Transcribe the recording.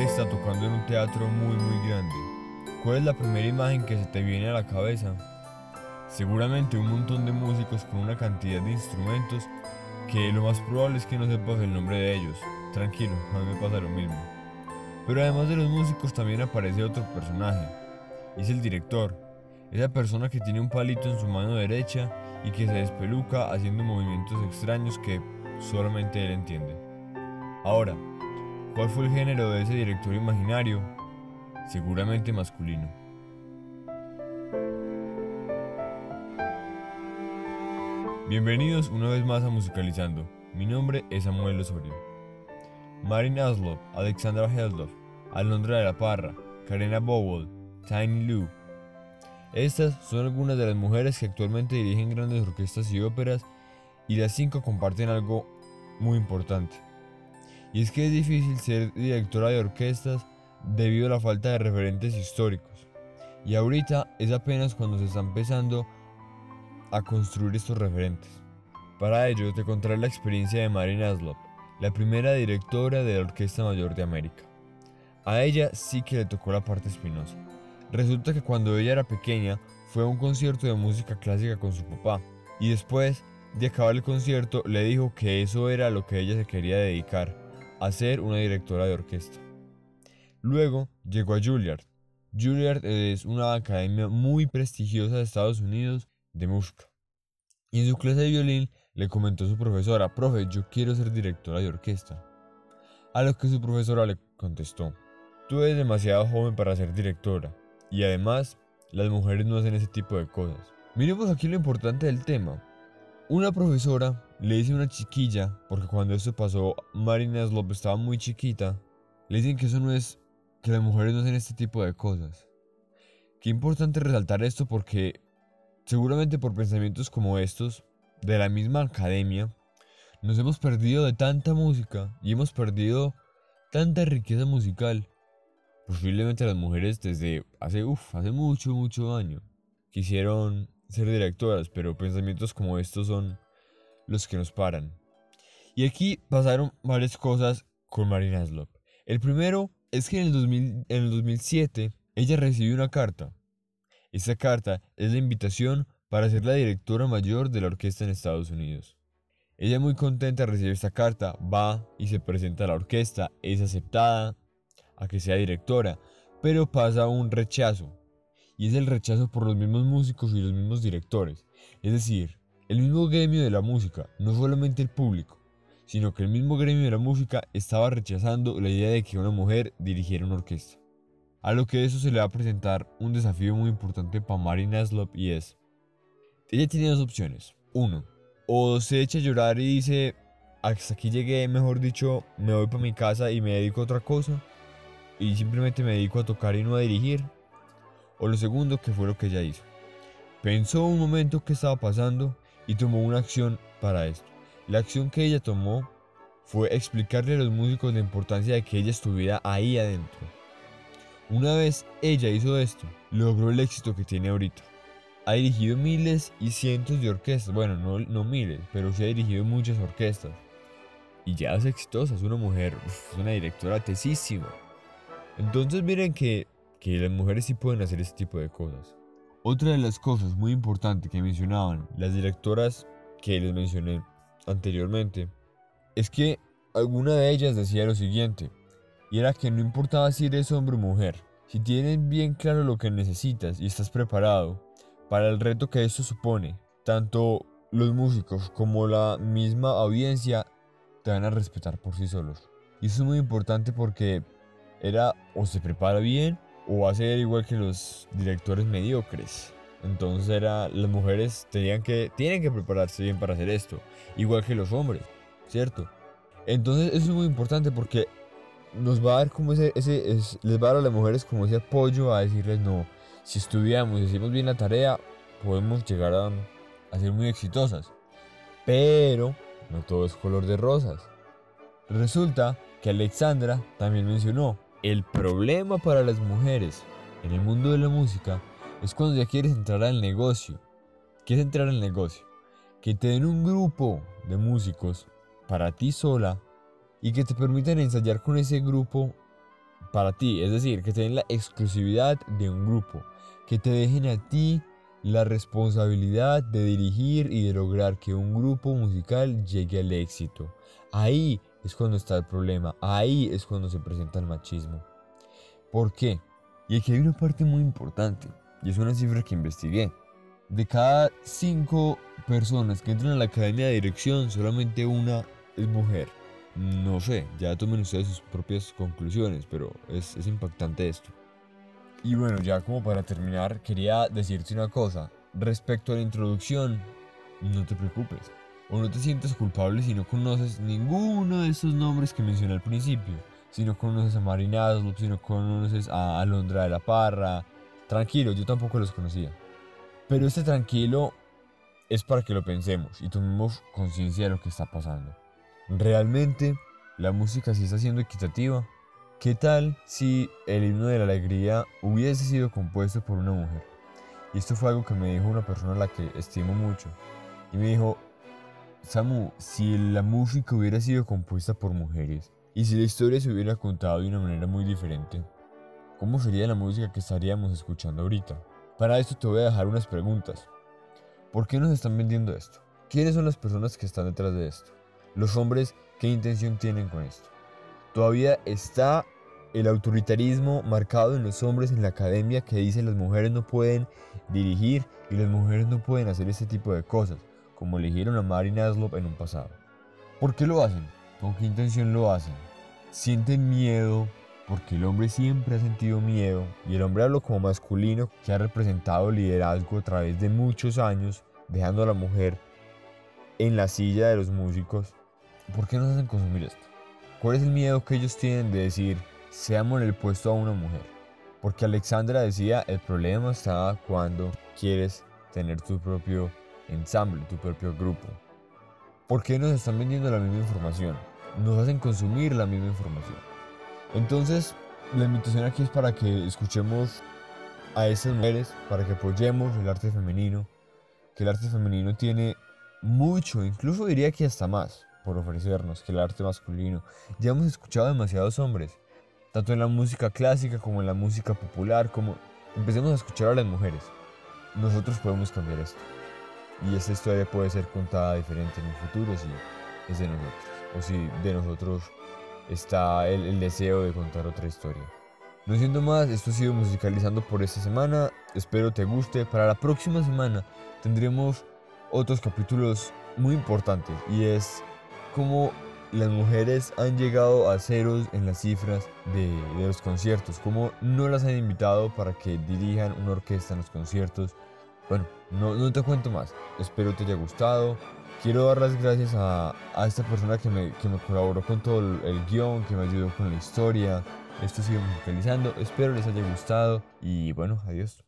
orquesta tocando en un teatro muy grande. ¿Cuál es la primera imagen que se te viene a la cabeza? Seguramente un montón de músicos con una cantidad de instrumentos que lo más probable es que no sepas el nombre de ellos. Tranquilo, a mí me pasa lo mismo. Pero además de los músicos también aparece otro personaje. Es el director, esa persona que tiene un palito en su mano derecha y que se despeluca haciendo movimientos extraños que solamente él entiende. Ahora, ¿cuál fue el género de ese director imaginario? Seguramente masculino. Bienvenidos una vez más a Musicalizando. Mi nombre es Samuel Osorio. Marin Aslov, Alexandra Heldov, Alondra de la Parra, Karina Bowell, Tiny Lou. Estas son algunas de las mujeres que actualmente dirigen grandes orquestas y óperas, y las 5 comparten algo muy importante. Y es que es difícil ser directora de orquestas debido a la falta de referentes históricos. Y ahorita es apenas cuando se está empezando a construir estos referentes. Para ello te contaré la experiencia de Marin Aslov, la primera directora de la Orquesta Mayor de América. A ella sí que le tocó la parte espinosa. Resulta que cuando ella era pequeña fue a un concierto de música clásica con su papá, y después de acabar el concierto le dijo que eso era lo que ella se quería dedicar, a ser una directora de orquesta. Luego llegó a Juilliard. Juilliard es una academia muy prestigiosa de Estados Unidos de música. Y en su clase de violín le comentó a su profesora: profe, yo quiero ser directora de orquesta. A lo que su profesora le contestó: tú eres demasiado joven para ser directora, y además, las mujeres no hacen ese tipo de cosas. Miremos aquí lo importante del tema. Una profesora le dice a una chiquilla, porque cuando esto pasó, Marin Aslov estaba muy chiquita, le dicen que eso no es, que las mujeres no hacen este tipo de cosas. Qué importante resaltar esto porque seguramente por pensamientos como estos, de la misma academia, nos hemos perdido de tanta música y hemos perdido tanta riqueza musical. Posiblemente las mujeres desde hace mucho año quisieron ser directoras, pero pensamientos como estos son los que nos paran. Y aquí pasaron varias cosas con Marin Aslov. El primero es que en el 2007 ella recibió una carta. Esta carta es la invitación para ser la directora mayor de la orquesta en Estados Unidos. Ella muy contenta de recibir esta carta, va y se presenta a la orquesta, es aceptada a que sea directora, pero pasa un rechazo, y es el rechazo por los mismos músicos y los mismos directores, es decir, el mismo gremio de la música, no solamente el público, sino que el mismo gremio de la música estaba rechazando la idea de que una mujer dirigiera una orquesta. A lo que eso se le va a presentar un desafío muy importante para Marin Aslov, y es, ella tiene dos opciones. Uno, o se echa a llorar y dice: hasta aquí llegué, mejor dicho, me voy para mi casa y me dedico a otra cosa, y simplemente me dedico a tocar y no a dirigir. O lo segundo, que fue lo que ella hizo. Pensó un momento qué estaba pasando y tomó una acción para esto. La acción que ella tomó fue explicarle a los músicos la importancia de que ella estuviera ahí adentro. Una vez ella hizo esto, logró el éxito que tiene ahorita. Ha dirigido miles y cientos de orquestas, bueno, no miles, pero sí ha dirigido muchas orquestas. Y ya es exitosa, es una mujer, es una directora tesísima. Entonces miren que las mujeres sí pueden hacer este tipo de cosas. Otra de las cosas muy importantes que mencionaban las directoras que les mencioné anteriormente, es que alguna de ellas decía lo siguiente, y era que no importaba si eres hombre o mujer, si tienes bien claro lo que necesitas y estás preparado para el reto que esto supone, tanto los músicos como la misma audiencia te van a respetar por sí solos. Y eso es muy importante porque era o se prepara bien o va a ser igual que los directores mediocres. Entonces las mujeres tienen que prepararse bien para hacer esto, igual que los hombres, ¿cierto? Entonces eso es muy importante porque nos va a dar como les va a dar a las mujeres como ese apoyo a decirles: no, si estudiamos y hacemos bien la tarea, podemos llegar a ser muy exitosas. Pero no todo es color de rosas. Resulta que Alexandra también mencionó: el problema para las mujeres en el mundo de la música es cuando ya quieres entrar al negocio. ¿Qué es entrar al negocio? Que te den un grupo de músicos para ti sola y que te permitan ensayar con ese grupo para ti, es decir, que te den la exclusividad de un grupo, que te dejen a ti la responsabilidad de dirigir y de lograr que un grupo musical llegue al éxito. Ahí es cuando está el problema, ahí es cuando se presenta el machismo. ¿Por qué? Y aquí hay una parte muy importante, y es una cifra que investigué. De cada 5 personas que entran a la academia de dirección, solamente una es mujer. No sé, ya tomen ustedes sus propias conclusiones, pero es impactante esto. Y bueno, ya como para terminar, quería decirte una cosa. Respecto a la introducción, no te preocupes. O no te sientas culpable si no conoces ninguno de esos nombres que mencioné al principio. Si no conoces a Marina Aslop, si no conoces a Alondra de la Parra. Tranquilo, yo tampoco los conocía. Pero este tranquilo es para que lo pensemos y tomemos conciencia de lo que está pasando. ¿Realmente la música sí está siendo equitativa? ¿Qué tal si el himno de la alegría hubiese sido compuesto por una mujer? Y esto fue algo que me dijo una persona a la que estimo mucho. Y me dijo, Samu, si la música hubiera sido compuesta por mujeres y si la historia se hubiera contado de una manera muy diferente, ¿cómo sería la música que estaríamos escuchando ahorita? Para esto te voy a dejar unas preguntas. ¿Por qué nos están vendiendo esto? ¿Quiénes son las personas que están detrás de esto? Los hombres, ¿qué intención tienen con esto? Todavía está el autoritarismo marcado en los hombres en la academia que dice las mujeres no pueden dirigir y las mujeres no pueden hacer este tipo de cosas, como eligieron a Marina Aslop en un pasado. ¿Por qué lo hacen? ¿Con qué intención lo hacen? Sienten miedo porque el hombre siempre ha sentido miedo y el hombre hablo como masculino que ha representado liderazgo a través de muchos años, dejando a la mujer en la silla de los músicos. ¿Por qué nos hacen consumir esto? ¿Cuál es el miedo que ellos tienen de decir seamos en el puesto a una mujer? Porque Alexandra decía el problema está cuando quieres tener tu propio ensamble, tu propio grupo. ¿Por qué nos están vendiendo la misma información? Nos hacen consumir la misma información. Entonces, la invitación aquí es para que escuchemos a esas mujeres, para que apoyemos el arte femenino, que el arte femenino tiene mucho, incluso diría que hasta más, por ofrecernos que el arte masculino. Ya hemos escuchado a demasiados hombres, tanto en la música clásica como en la música popular, como empecemos a escuchar a las mujeres. Nosotros podemos cambiar esto. Y esta historia puede ser contada diferente en un futuro si es de nosotros, o si de nosotros está el deseo de contar otra historia. No siendo más, esto ha sido Musicalizando por esta semana. Espero te guste. Para la próxima semana tendremos otros capítulos muy importantes y es cómo las mujeres han llegado a ceros en las cifras de los conciertos, cómo no las han invitado para que dirijan una orquesta en los conciertos. Bueno, no te cuento más. Espero te haya gustado. Quiero dar las gracias a esta persona que me colaboró con todo el guión, que me ayudó con la historia. Esto sigue musicalizando. Espero les haya gustado y bueno, adiós.